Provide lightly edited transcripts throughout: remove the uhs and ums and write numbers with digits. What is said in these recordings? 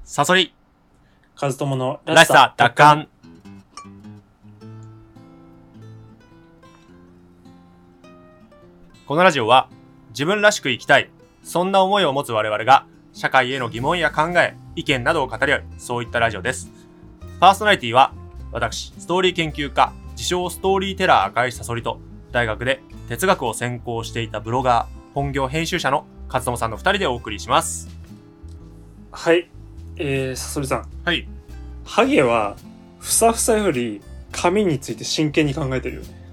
サソリカズトモのらしさ奪還。このラジオは自分らしく生きたい、そんな思いを持つ我々が社会への疑問や考え、意見などを語り合う、そういったラジオです。パーソナリティは私、ストーリー研究家、自称ストーリーテラー赤石サソリと、大学で哲学を専攻していたブロガー、本業編集者のカズトモさんの2人でお送りします。 はい、サソリさん。 はい。 ハゲはふさふさより髪について真剣に考えてるよね。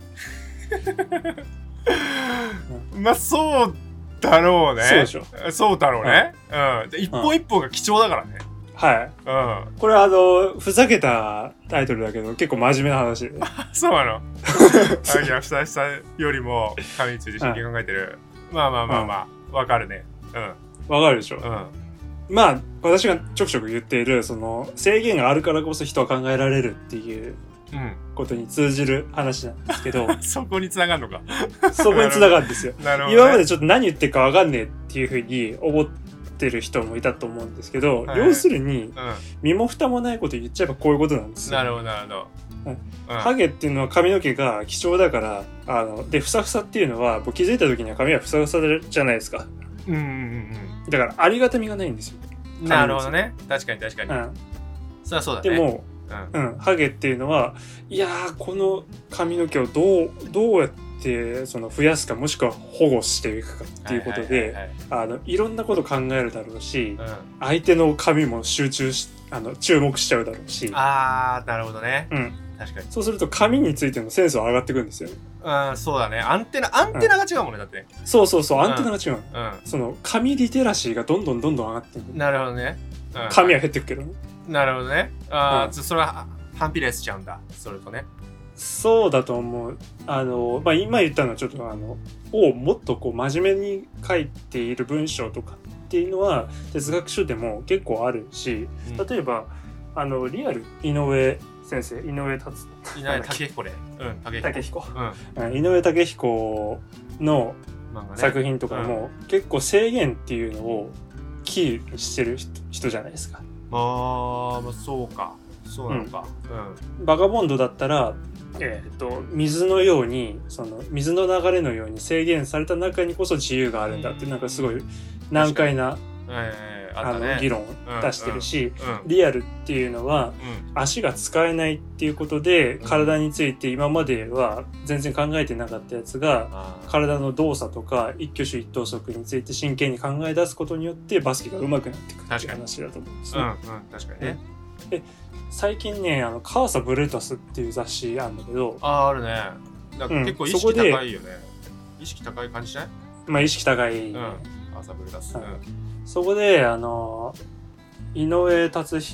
まあそうだろうね。 そうでしょ。 そうだろうね。うん。で一本一本が貴重だからね。 はい。 うん。 これはふざけたタイトルだけど結構真面目な話で、ね。 そうなの。ハゲはふさふさよりも髪について真剣に考えてる。まあわかるね。うん。 わかるでしょ。 うん。 まあ私がちょくちょく言っているその制限があるからこそ人は考えられるっていうことに通じる話なんですけど、 そこに繋がるのか。 そこに繋がるんですよ。 なるほど、ね。 今までちょっと何言ってるかわかんねえっていうふうに思ってる人もいたと思うんですけど、 はい、 要するに、 うん、 身も蓋もないこと言っちゃえばこういうことなんですよ。 なるほどなるほど。 ハゲっていうのは髪の毛が貴重だからでふさふさっていうのは気づいた時には髪はふさふさじゃないですか。だからありがたみがないんですよ。 なるほどね。確かに、うん、そりゃそうだね。 でも、ハゲっていうのはいやーこの髪の毛をどうやってその増やすかもしくは保護していくかっていうことでいろんなこと考えるだろうし、相手の髪も注目しちゃうだろうし。 あーなるほどね。 確かに。そうすると髪についてのセンスは上がってくるんですよね。 そうだね。アンテナが違うもんね、だって。 そう、アンテナが違う。その髪リテラシーがどんどん上がってる。 なるほどね。 髪は減ってくけどね。 なるほどね。それは反比例しちゃうんだ。それとね。 そうだと思う。今言ったのはちょっともっとこう真面目に書いている文章とかっていうのは哲学書でも結構あるし、例えばリアル井上先生、井上武彦ね。 武彦。井上武彦の作品とかも結構制限っていうのをキーにしてる人じゃないですか。 そうか。そうなのか。 バガボンドだったら、水のようにその水の流れのように制限された中にこそ自由があるんだってなんかすごい難解な議論を出してるし、リアルっていうのは足が使えないっていうことで体について今までは全然考えてなかったやつが体の動作とか一挙手一投足について真剣に考え出すことによってバスケが上手くなってくるっていう話だと思うんですね。 確かにね。 最近ねカーサブレタスっていう雑誌あるんだけど、 あるね。結構意識高いよね。意識高い感じじゃない？ まあ意識高い、 カーサブレタス。 そこで井上武彦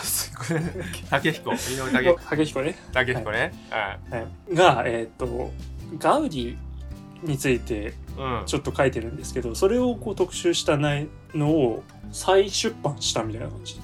ね。がガウディについてちょっと書いてるんですけど、それをこう特集したのを再出版したみたいな感じ。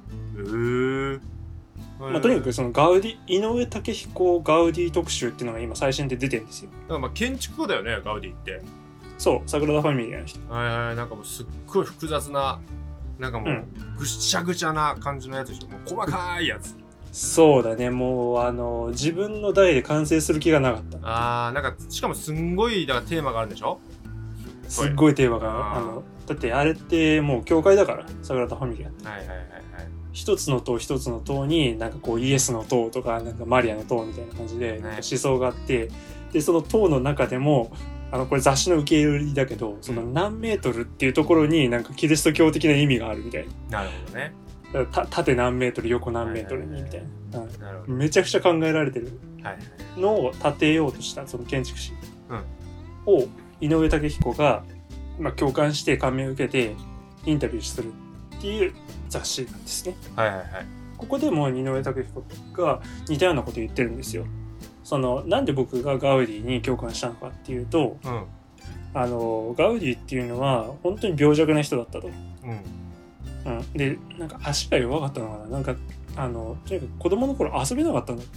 とにかくその井上武彦ガウディ特集っていうのが今最新で出てるんですよ。 だから建築家だよね、ガウディって。 そう、サグラダ・ファミリアの人。 なんかもうすっごい複雑な、なんかもうぐっちゃぐちゃな感じのやつでしょ。もう細かいやつ。 そうだね、もう自分の代で完成する気がなかった。 なんかしかもすんごいだからテーマがあるんでしょ。 すっごいテーマがだってあれってもう教会だからサグラダ・ファミリアって。一つの塔になんかこうイエスの塔とかなんかマリアの塔みたいな感じで思想があって、でその塔の中でもこれ雑誌の受け入れだけど、その何メートルっていうところになんかキリスト教的な意味があるみたいな。 なるほどね。 縦何メートル横何メートルにみたいな、めちゃくちゃ考えられてるのを建てようとしたその建築士を井上武彦が、共感して感銘を受けてインタビューするっていう雑誌なんですね。ここでも井上武彦が似たようなこと言ってるんですよ。なんで僕がガウディに共感したのかっていうと、ガウディっていうのは本当に病弱な人だったと。でなんか足が弱かったのかな、なんかとにかく子供の頃遊べなかったんだって。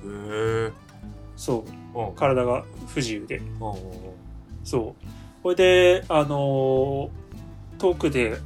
そう、体が不自由で。そう、これで遠くで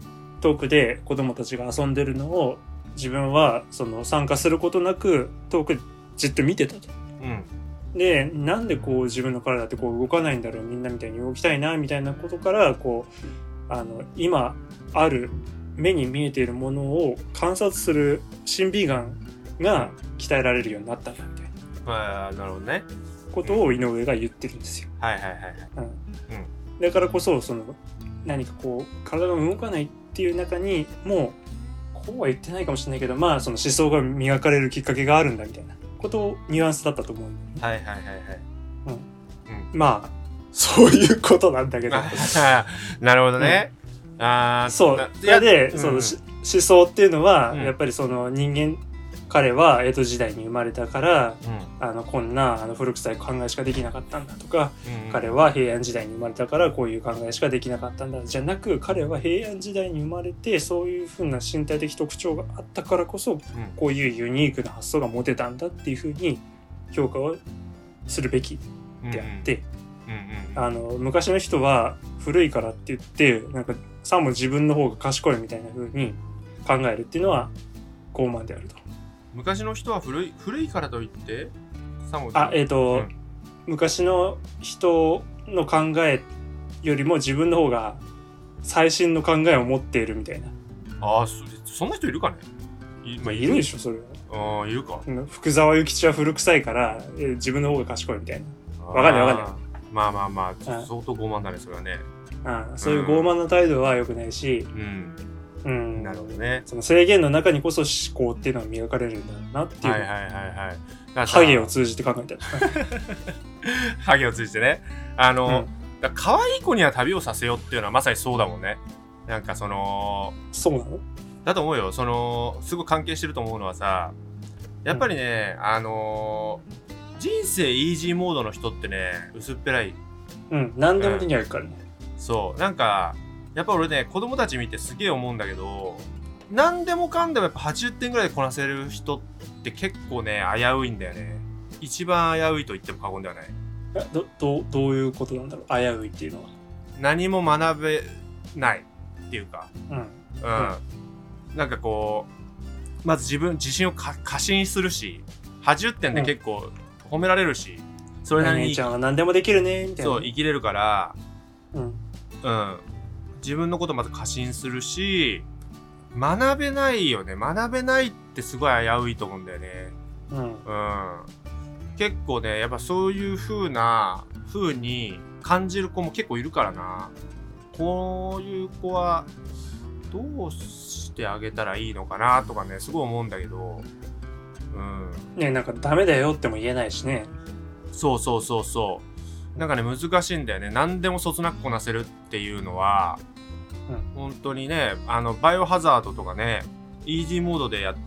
遠くで子供たちが遊んでるのを自分はその参加することなく遠くでじっと見てたと。で、なんでこう自分の体ってこう動かないんだろう、みんなみたいに動きたいなみたいなことからこう今ある目に見えているものを観察する審美眼が鍛えられるようになったんだみたいな。なるほどね。 ことを井上が言ってるんですよ。 はいはいはいはい。 だからこそその何かこう体が動かないっていう中にもうこうは言ってないかもしれないけど、まあその思想が磨かれるきっかけがあるんだみたいなことをニュアンスだったと思う。 はいはいはいはい。 まあそういうことなんだけど。 なるほどね。 そう。それで、その思想っていうのは、やっぱりその人間、彼は江戸時代に生まれたから、こんな古臭い考えしかできなかったんだとか、彼は平安時代に生まれたからこういう考えしかできなかったんだじゃなく、彼は平安時代に生まれてそういうふうな身体的特徴があったからこそ、こういうユニークな発想が持てたんだっていうふうに評価をするべきであって、昔の人は古いからって言ってなんかさも自分の方が賢いみたいな風に考えるっていうのは傲慢であると。 昔の人は古いからといってさも昔の人の考えよりも自分の方が最新の考えを持っているみたいな。 そんな人いるかね。 いるでしょそれは。 いるか。 福沢諭吉は古臭いから自分の方が賢いみたいな。わかんない。 まあ相当傲慢だねそれはね。 そういう傲慢な態度は良くないし、 なるほどね。 その制限の中にこそ思考っていうのは磨かれるんだろうなっていう。ハゲを通じて考えた。 ハゲを通じてね。可愛い子には旅をさせよっていうのはまさにそうだもんね。なんかそうなの？だと思うよ。すごい関係してると思うのはさ、やっぱりね、人生イージーモードの人ってね、薄っぺらい。 何でも手にあるからね。 そう、なんか、やっぱ俺ね、子供たち見てすげえ思うんだけど、何でもかんでもやっぱ80点ぐらいでこなせる人って結構ね、危ういんだよね。一番危ういと言っても過言ではない。 どういうことなんだろう、危ういっていうのは。 何も学べないっていうか、なんかこう、まず自信を過信するし、80点で結構褒められるし、それなりに。 姉ちゃんは何でもできるね、みたいな。 そう、生きれるから、自分のことまず過信するし、学べないよね。学べないってすごい危ういと思うんだよね。結構ね、やっぱそういう風に感じる子も結構いるからな。こういう子はどうしてあげたらいいのかなとかね、すごい思うんだけど。 ね、なんかダメだよっても言えないしね。 そう。なんかね、難しいんだよね。何でもそつなくこなせるっていうのは、本当にね、バイオハザードとかね、イージーモードでやって、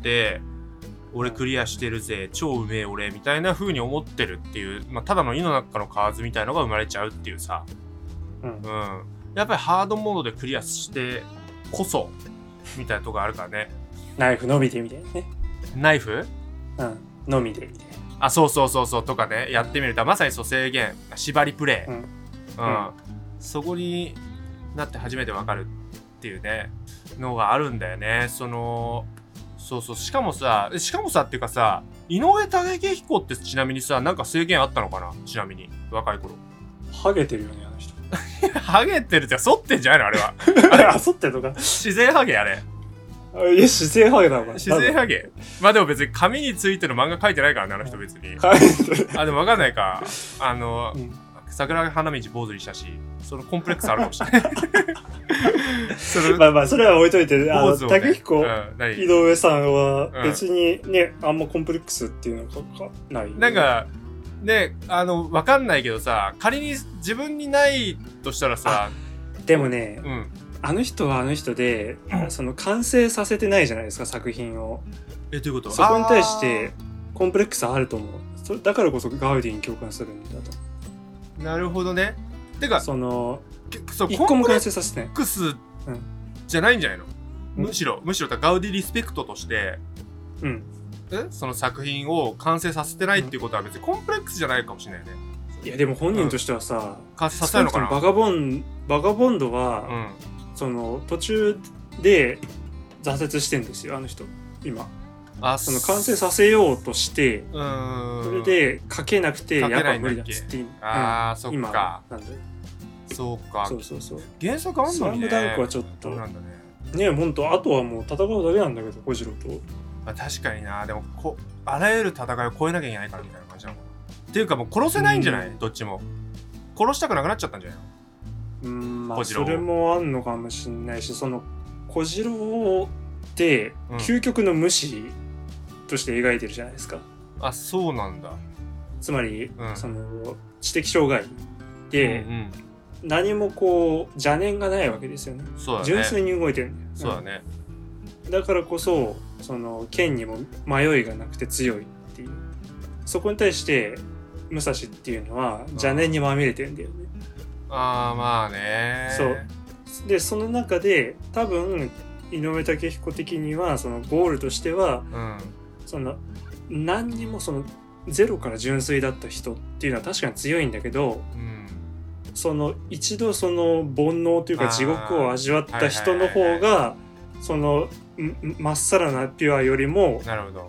俺クリアしてるぜ、超うめえ俺、みたいな風に思ってるっていう、ただの井の中の蛙みたいのが生まれちゃうっていうさ。やっぱりハードモードでクリアしてこそ、みたいなとこあるからね。 ナイフのみでみたいなね。 ナイフ？ のみでみたいな。 そうとかね、やってみると、まさに制限、縛りプレイ。そこになって初めてわかるっていうね、のがあるんだよね。しかもさっていうかさ、井上武彦ってちなみにさ、なんか制限あったのかな？ちなみに、若い頃。 ハゲてるよね、あの人。 ハゲてるって、反ってんじゃないのあれは。 反ってるのか。 自然ハゲあれ。 自然ハゲなのかな。 自然ハゲ。でも別に髪についての漫画描いてないからね、あの人別に。でもわかんないか。桜花道坊主にしたし、そのコンプレックスあるかもしれない。 それは置いといて、武彦、井上さんは別にね、あんまコンプレックスっていうのがない。 なんか、ね、わかんないけどさ、仮に自分にないとしたらさ、 でもね、あの人はあの人で、完成させてないじゃないですか、作品を。 どういうこと？ そこに対してコンプレックスあると思う。だからこそガウディに共感するんだと。 なるほどね。てか、 一個も完成させてない。 コンプレックスじゃないんじゃないの？むしろガウディリスペクトとして、その作品を完成させてないっていうことは別にコンプレックスじゃないかもしれないね。 いやでも本人としてはさ、 完成させたいのかな。 バガボンドは、途中で挫折してんですよあの人今。その完成させようとしてそれで書けなくてやっぱ無理だっつってそっかなんだよ。 そうか。 そう原作あんのにね。 スラムダンクはちょっとなんだねほんとあとはもう戦うだけなんだけど小次郎と。 確かにな。でもあらゆる戦いを超えなきゃいけないからみたいな感じなのっていうかもう殺せないんじゃない、どっちも殺したくなくなっちゃったんじゃないの。 まあそれもあんのかもしんないし、その小次郎って究極の無視として描いてるじゃないですか。 そうなんだ。 つまり、その知的障害で、何もこう邪念がないわけですよね。 そうだね。 純粋に動いてるんだよ。 そうだね。 だからこそその剣にも迷いがなくて強いっていう、そこに対して武蔵っていうのは邪念にまみれてるんだよね。 まあね。 そうでその中で多分井上武彦的にはそのゴールとしては、その何にもそのゼロから純粋だった人っていうのは確かに強いんだけど、その一度その煩悩というか地獄を味わった人の方がそのまっさらなピュアよりも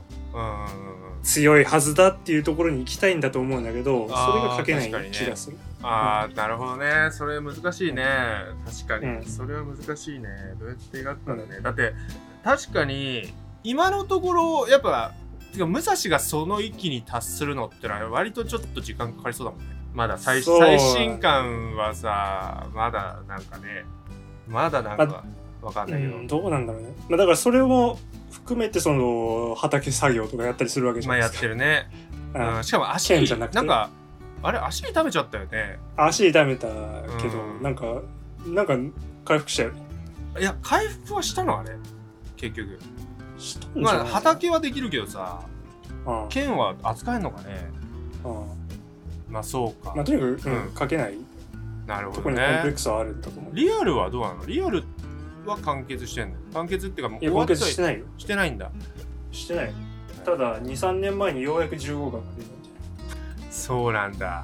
強いはずだっていうところに行きたいんだと思うんだけど、それが書けない気がする。 なるほどね。それ難しいね。確かに、それは難しいね。どうやって描くかだね。だって確かに今のところやっぱ武蔵がその域に達するのってのは割とちょっと時間かかりそうだもんね。まだ最新刊はさ、まだなんかね、まだなんかわかんないけど、 どうなんだろうね。だからそれを含めてその畑作業とかやったりするわけじゃないですか。 やってるね。しかも足じゃなくてなんかあれ足痛めちゃったよね。 足痛めたけど、なんか回復したよね。 いや回復はしたのあれ結局。畑はできるけどさ、剣は扱えんのかね。まあそうか。 とにかく書けない。 なるほどね。 そこにコンプレックスはあるんだと思う。 リアルはどうなの？リアルは完結してんの？完結っていうかもう完結してないよ。 してないんだ。 してない。ただ 2,3 年前にようやく15巻が出たんじゃん。そうなんだ。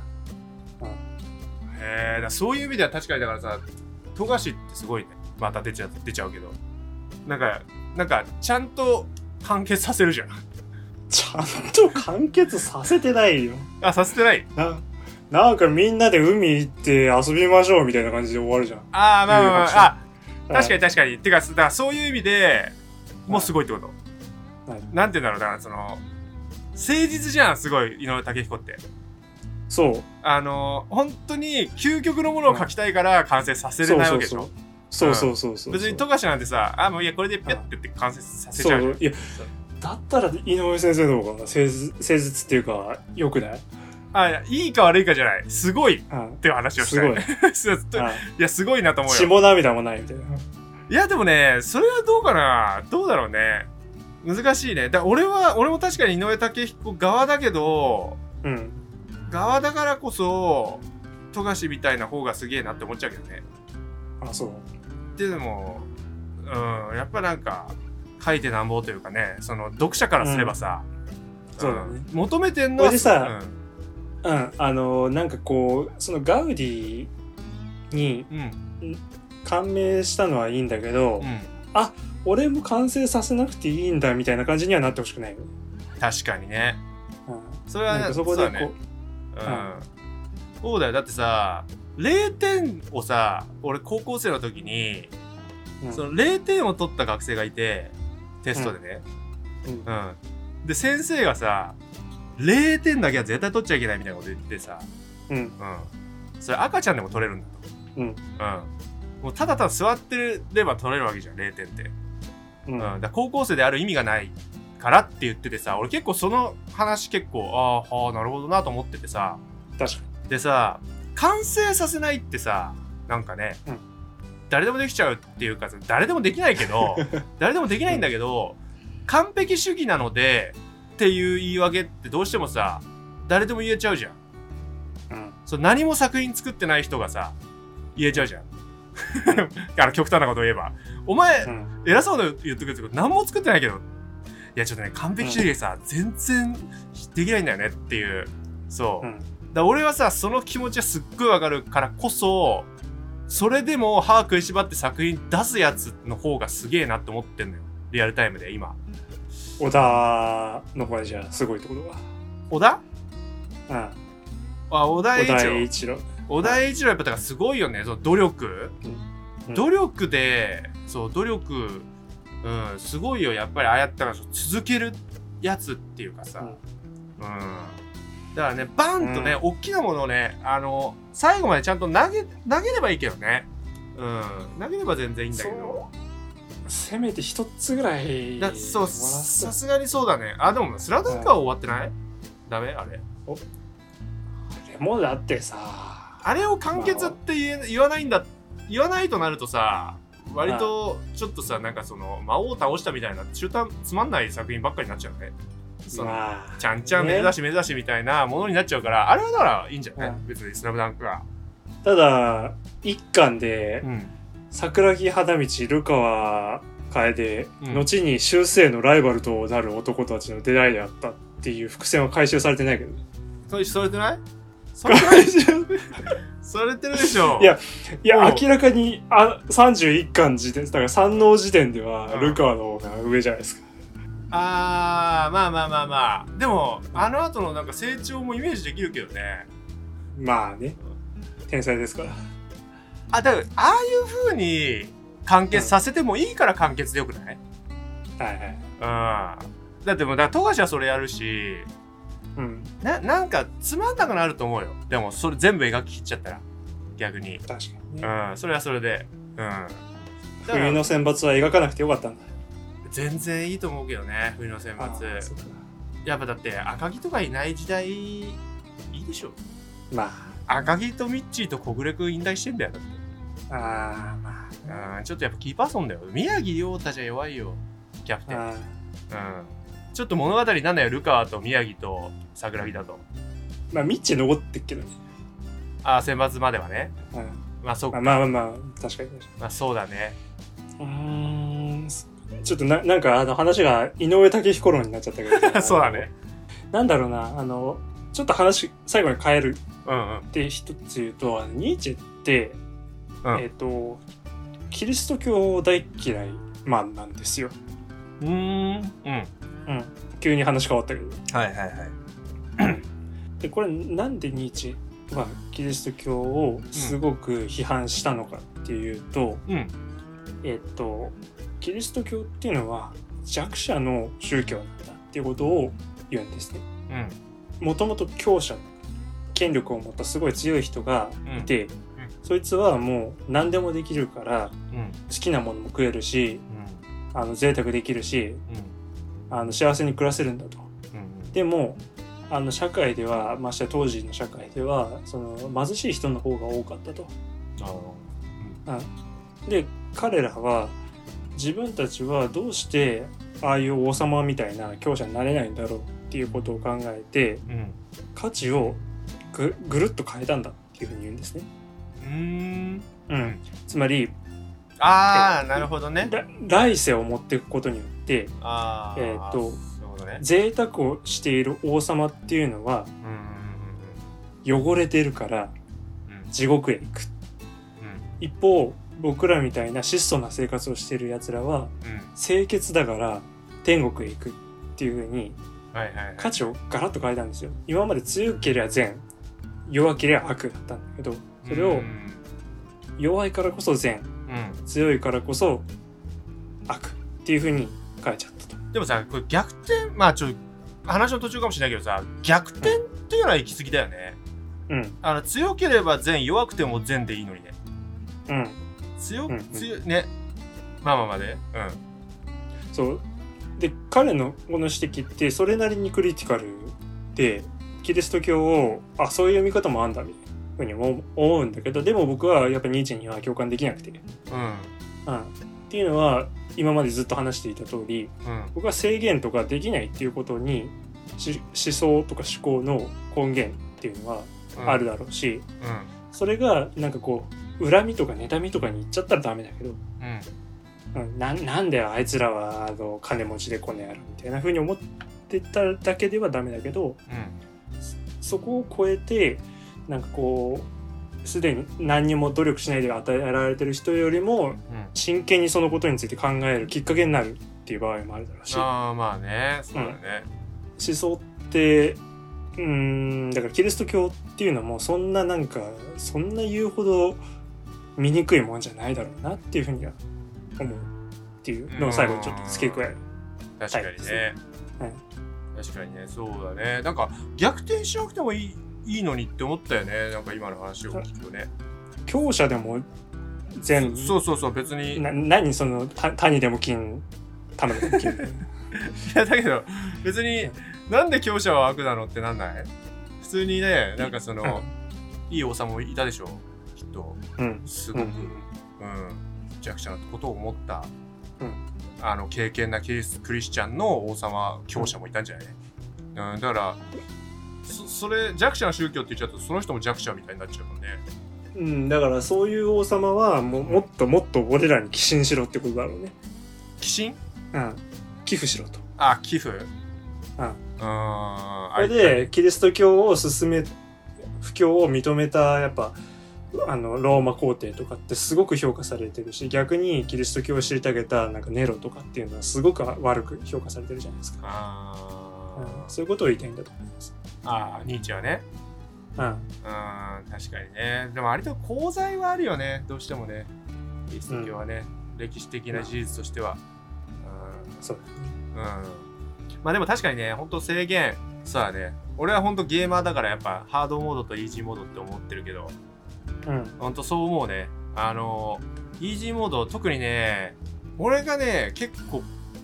そういう意味では確かにだからさ、富樫ってすごいね。また出ちゃうけど。なんかちゃんと完結させるじゃん。 ちゃんと完結させてないよ。 させてない。 なんかみんなで海行って遊びましょうみたいな感じで終わるじゃん。 確かに。てかだからそういう意味でもうすごいってこと。なんて言うんだろう。だからその誠実じゃん、すごい井上武彦って。 そう。 本当に究極のものを書きたいから完成させれないわけでしょ。 そう。 別に富樫なんてさ、もういやこれでピャッてって完成させちゃう。 いやだったら井上先生の方が誠実っていうか良くない？ いいか悪いかじゃない。すごいっていう話をしたい。すごい。いやすごいなと思うよ。 血も涙もないみたいな。 いやでもね、それはどうかな。どうだろうね。難しいね。俺も確かに井上武彦側だけど、側だからこそ富樫みたいな方がすげえなって思っちゃうけどね。 そう。 でもやっぱなんか書いてなんぼというかね、その読者からすればさ、 そうだね。 求めてんのはさ、なんかこうそのガウディに感銘したのはいいんだけど、俺も完成させなくていいんだみたいな感じにはなってほしくないよね。 確かにね。それはね、そこでこう、そうだよ。だってさ、0点をさ、俺高校生の時に、その0点を取った学生がいて、テストでね。で先生がさ、0点だけは絶対取っちゃいけないみたいなこと言ってさ、それ赤ちゃんでも取れるんだと。もうただ座ってれば取れるわけじゃん、0点って。だ高校生である意味がないからって言っててさ、俺結構その話結構なるほどなと思っててさ。 確かに。 でさ、完成させないってさ、なんかね、誰でもできちゃうっていうか、誰でもできないけど誰でもできないんだけど、完璧主義なのでっていう言い訳ってどうしてもさ、誰でも言えちゃうじゃん。何も作品作ってない人がさ言えちゃうじゃん極端なことを言えば、お前、偉そうな言ってくるけど何も作ってないけど、いやちょっとね、完璧主義でさ、全然できないんだよねっていう。そう、だ俺はさ、その気持ちはすっごいわかるからこそ、 それでも歯食いしばって作品出すやつの方がすげえなって思ってんのよ。リアルタイムで今。 小田の場合じゃすごいってことは。 小田？ うん。 小田栄一郎。 小田栄一郎やっぱだからすごいよね。その努力、努力で、そう、努力、すごいよ。やっぱりああやったら続けるやつっていうかさ。だからね、バンとね、大きなものをね、最後までちゃんと投げればいいけどね。投げれば全然いいんだけど。 せめて一つぐらい。 そう、さすがにそうだね。でも、スラダンクは終わってない？ダメ？あれ。あれもだってさ。 あれを完結って言わないんだ。言わないとなるとさ、割とちょっとさ、なんかその魔王を倒したみたいな中途つまんない作品ばっかりになっちゃうね。ちゃんちゃん目指しみたいなものになっちゃうから、あれはだからいいんじゃない？別にスラムダンクは。 ただ一巻で、桜木花道、ルカワ楓、後に修正のライバルとなる男たちの出会いであったっていう伏線は回収されてないけど。 それてない？されてるでしょ。 いや明らかに31巻時点だから三能時点ではルカワの方が上じゃないですか。 まあでもあの後のなんか成長もイメージできるけどね。 まあね、天才ですから。 だからああいう風に完結させてもいいから完結でよくない？だってもう富樫はそれやるし、なんかつまんなくなると思うよ。でもそれ全部描き切っちゃったら逆に。確かにね。それはそれで。 冬の選抜は描かなくてよかったんだ。 全然いいと思うけどね、冬の選抜。やっぱだって赤城とかいない時代いいでしょ。まあ赤城とミッチーと小暮くん引退してんだよ。だってちょっとやっぱキーパーソンだよ。宮城亮太じゃ弱いよ、キャプテン。ちょっと物語なんだよ、ルカワと宮城と桜木だと。 まあミッチー残ってっけどね。 選抜まではね。まあそうか。 まあ確かに。 まあそうだね。 ちょっとなんか話が井上武彦論になっちゃったけどそうだね。 なんだろうな、ちょっと話最後に変えるって一つ言うと、ニーチェって、キリスト教大嫌いマンなんですよ。急に話変わったけど。でこれなんでニーチェはキリスト教をすごく批判したのかっていうと、キリスト教っていうのは弱者の宗教なんだっていうことを言うんですね。もともと強者、権力を持ったすごい強い人がいて、そいつはもう何でもできるから、好きなものも食えるし、贅沢できるし、幸せに暮らせるんだと。でも社会では、まして当時の社会ではその貧しい人の方が多かったと。で彼らは自分たちはどうしてああいう王様みたいな強者になれないんだろうっていうことを考えて、価値をぐるっと変えたんだっていうふうに言うんですね。つまりなるほどね。 来世を持っていくことによって贅沢をしている王様っていうのは汚れてるから地獄へ行く。一方僕らみたいな質素な生活をしているやつらは清潔だから天国へ行くっていう風に価値をガラッと変えたんですよ。今まで強ければ善、弱ければ悪だったんだけど、それを弱いからこそ善、強いからこそ悪っていう風に変えちゃったと。 でもさ、これ逆転、まあ話の途中かもしれないけどさ、逆転っていうのは行き過ぎだよね。強ければ善、弱くても善でいいのにね。強ね。まあね。 そうで彼のこの指摘ってそれなりにクリティカルで、キリスト教をそういう見方もあんだみたいなふうに思うんだけど、でも僕はやっぱニーチェには共感できなくて、っていうのは今までずっと話していた通り、僕は制限とかできないっていうことに思想とか思考の根源っていうのはあるだろうし、それがなんかこう恨みとか妬みとかに行っちゃったらダメだけど、なんだよあいつらは金持ちでこねやるみたいな風に思ってただけではダメだけど、そこを超えてなんかこうすでに何にも努力しないで与えられてる人よりも真剣にそのことについて考えるきっかけになるっていう場合もあるだろうし、 ああまあねそうだね、 思想ってだからキリスト教っていうのもそんな言うほど醜いもんじゃないだろうなっていうふうには思うっていうのを最後にちょっと付け加える。 確かにね、確かにね、そうだね。なんか逆転しなくてもいいのにって思ったよね。なんか今の話を聞くとね。 強者でも全部そう別に何その谷でも金玉でも金いやだけど別になんで強者は悪なのってなんない？普通にねなんかその、いい王様もいたでしょきっと、すごく、弱者のことを思った、敬虔なクリスチャンの王様強者もいたんじゃない？だからそれ弱者の宗教って言っちゃうとその人も弱者みたいになっちゃうもんね。 だからそういう王様はもっともっと俺らに寄進しろってことだろうね。 寄進？ 寄付しろと。 寄付？ それでキリスト教を布教を認めたやっぱローマ皇帝とかってすごく評価されてるし、逆にキリスト教を知りたげたなんかネロとかっていうのはすごく悪く評価されてるじゃないですか。そういうことを言いたいんだと思います。 ニーチェはね。確かにね。でも割と功罪はあるよね。どうしてもね。キリスト教はね、歴史的な事実としては。 そうだね。 まあでも確かにね、本当制限、そうだね。俺は本当ゲーマーだからやっぱハードモードとイージーモードって思ってるけど、本当そう思うね。イージーモード特にね、俺がね結構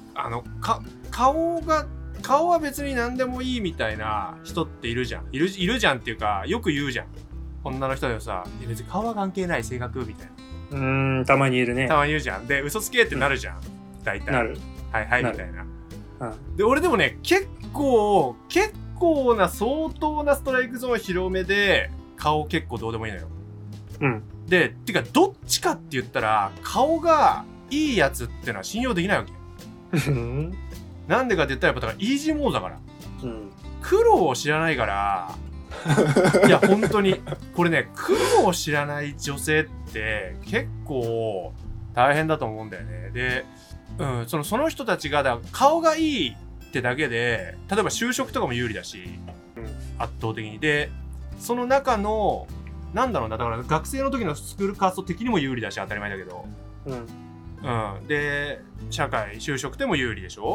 顔は別に何でもいいみたいな人っているじゃんっていうかよく言うじゃん。女の人でもさ、別に顔は関係ない性格みたいな。たまにいるね。 たまに言うじゃん。で嘘つけってなるじゃん。大体。 なる。 はいみたいな。で俺でもね結構な相当なストライクゾーン広めで顔結構どうでもいいのよ。でてかどっちかって言ったら顔がいいやつってのは信用できないわけ。なんでかって言ったらやっぱだからイージーモードだから、苦労を知らないからいや本当にこれね苦労を知らない女性って結構大変だと思うんだよね。でその人たちが顔がいいってだけで例えば就職とかも有利だし、圧倒的に。でその中のなんだろうな、だから学生の時のスクールカースト的にも有利だし当たり前だけど、で社会就職でも有利でしょ。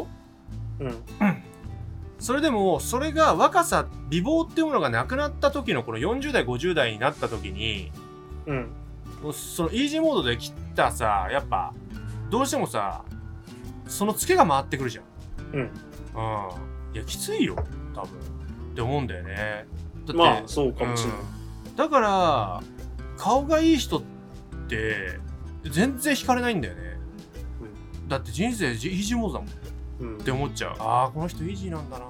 それでもそれが若さ美貌っていうものがなくなった時のこの40代50代になった時に、そのイージーモードで切ったさやっぱどうしてもさそのツケが回ってくるじゃん。いやきついよ多分って思うんだよね。だってまあそうかもしれない。 だから顔がいい人って全然惹かれないんだよね。だって人生イージーモードだもん、って思っちゃう。この人イージーなんだなって。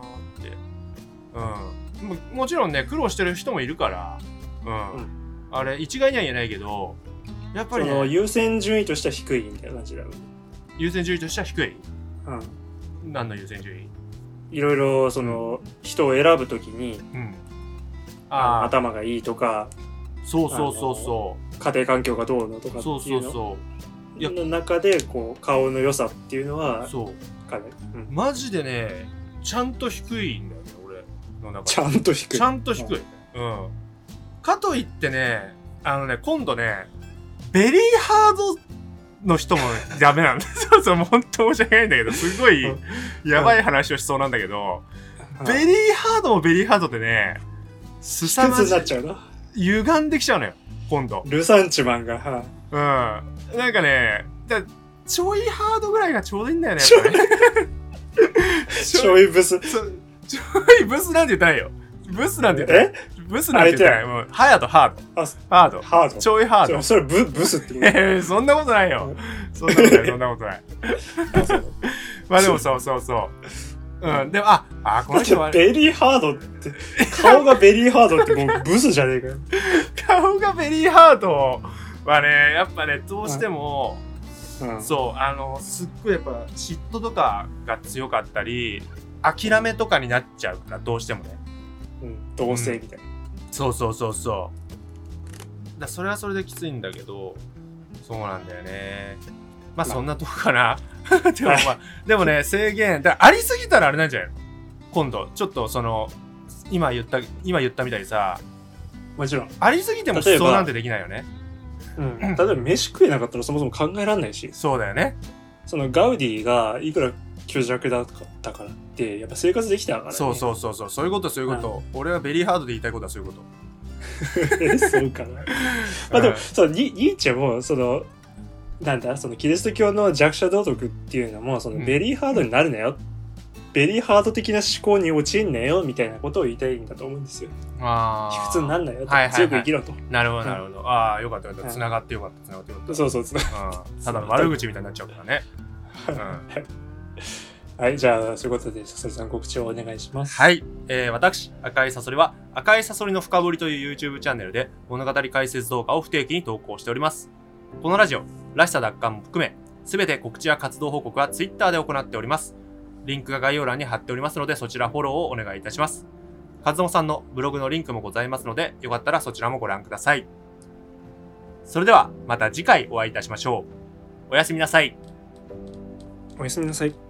もちろんね苦労してる人もいるから、あれ一概には言えないけどやっぱり、ね、 その優先順位としては低いみたいな感じだろう。 優先順位としては低い。何の優先順位？ いろいろその人を選ぶときに、頭がいいとか、家庭環境がどうのとかっていうのの中でこう顔の良さっていうのはマジでねちゃんと低いんだよね俺の中で。 ちゃんと低い。 かといってね今度ねベリーハードの人もダメなんだ。もう本当申し訳ないんだけどすごいやばい話をしそうなんだけど、ベリーハードもベリーハードでねすさまじい歪んできちゃうのよ今度。 ルサンチマンがなんかねちょいハードぐらいがちょうどいいんだよねやっぱりちょいブス。 ちょいブスなんて言ったらいいよ。ブスなんて言ったらブスなんて言ったらもうハードちょいハード。 それブスって言う。 そんなことないよ。そんなことない。まあでもそう。でもこの人はベリーハードって顔がベリーハードってもうブスじゃねえかよ。 顔がベリーハードはねやっぱねどうしても、そうすっごいやっぱ嫉妬とかが強かったり諦めとかになっちゃうからどうしてもね、 同性みたいな、 そうだそれはそれできついんだけど、そうなんだよね。まあそんなとこかな。でもね、制限だありすぎたらあれなんじゃないの？今度ちょっとその今言ったみたいにさ、 もちろんありすぎてもそうなんてできないよね。 例えば飯食えなかったらそもそも考えられないし。 そうだよね。 そのガウディがいくら虚弱だったからってやっぱ生活できたからね。 そういうこと、俺はベリーハードで言いたいことはそういうこと。 そうかな。まあでも、そうニーチェもそのなんだそのキリスト教の弱者道徳っていうのもそのベリーハードになるなよ、ベリーハード的な思考に陥んなよみたいなことを言いたいんだと思うんですよ。卑屈になんなよと、強く生きろと。 なるほど、ああよかった繋がってよかった。 そうただの悪口みたいになっちゃうからね。 はい、じゃあそういうことでサソリさん告知をお願いします。 はい、私赤いサソリは赤いサソリの深掘りという YouTube チャンネルで物語解説動画を不定期に投稿しております。このラジオらしさ奪還も含めすべて告知や活動報告は Twitter で行っております。リンクが概要欄に貼っておりますのでそちらフォローをお願いいたします。カズモさんのブログのリンクもございますのでよかったらそちらもご覧ください。それではまた次回お会いいたしましょう。おやすみなさい。 おやすみなさい。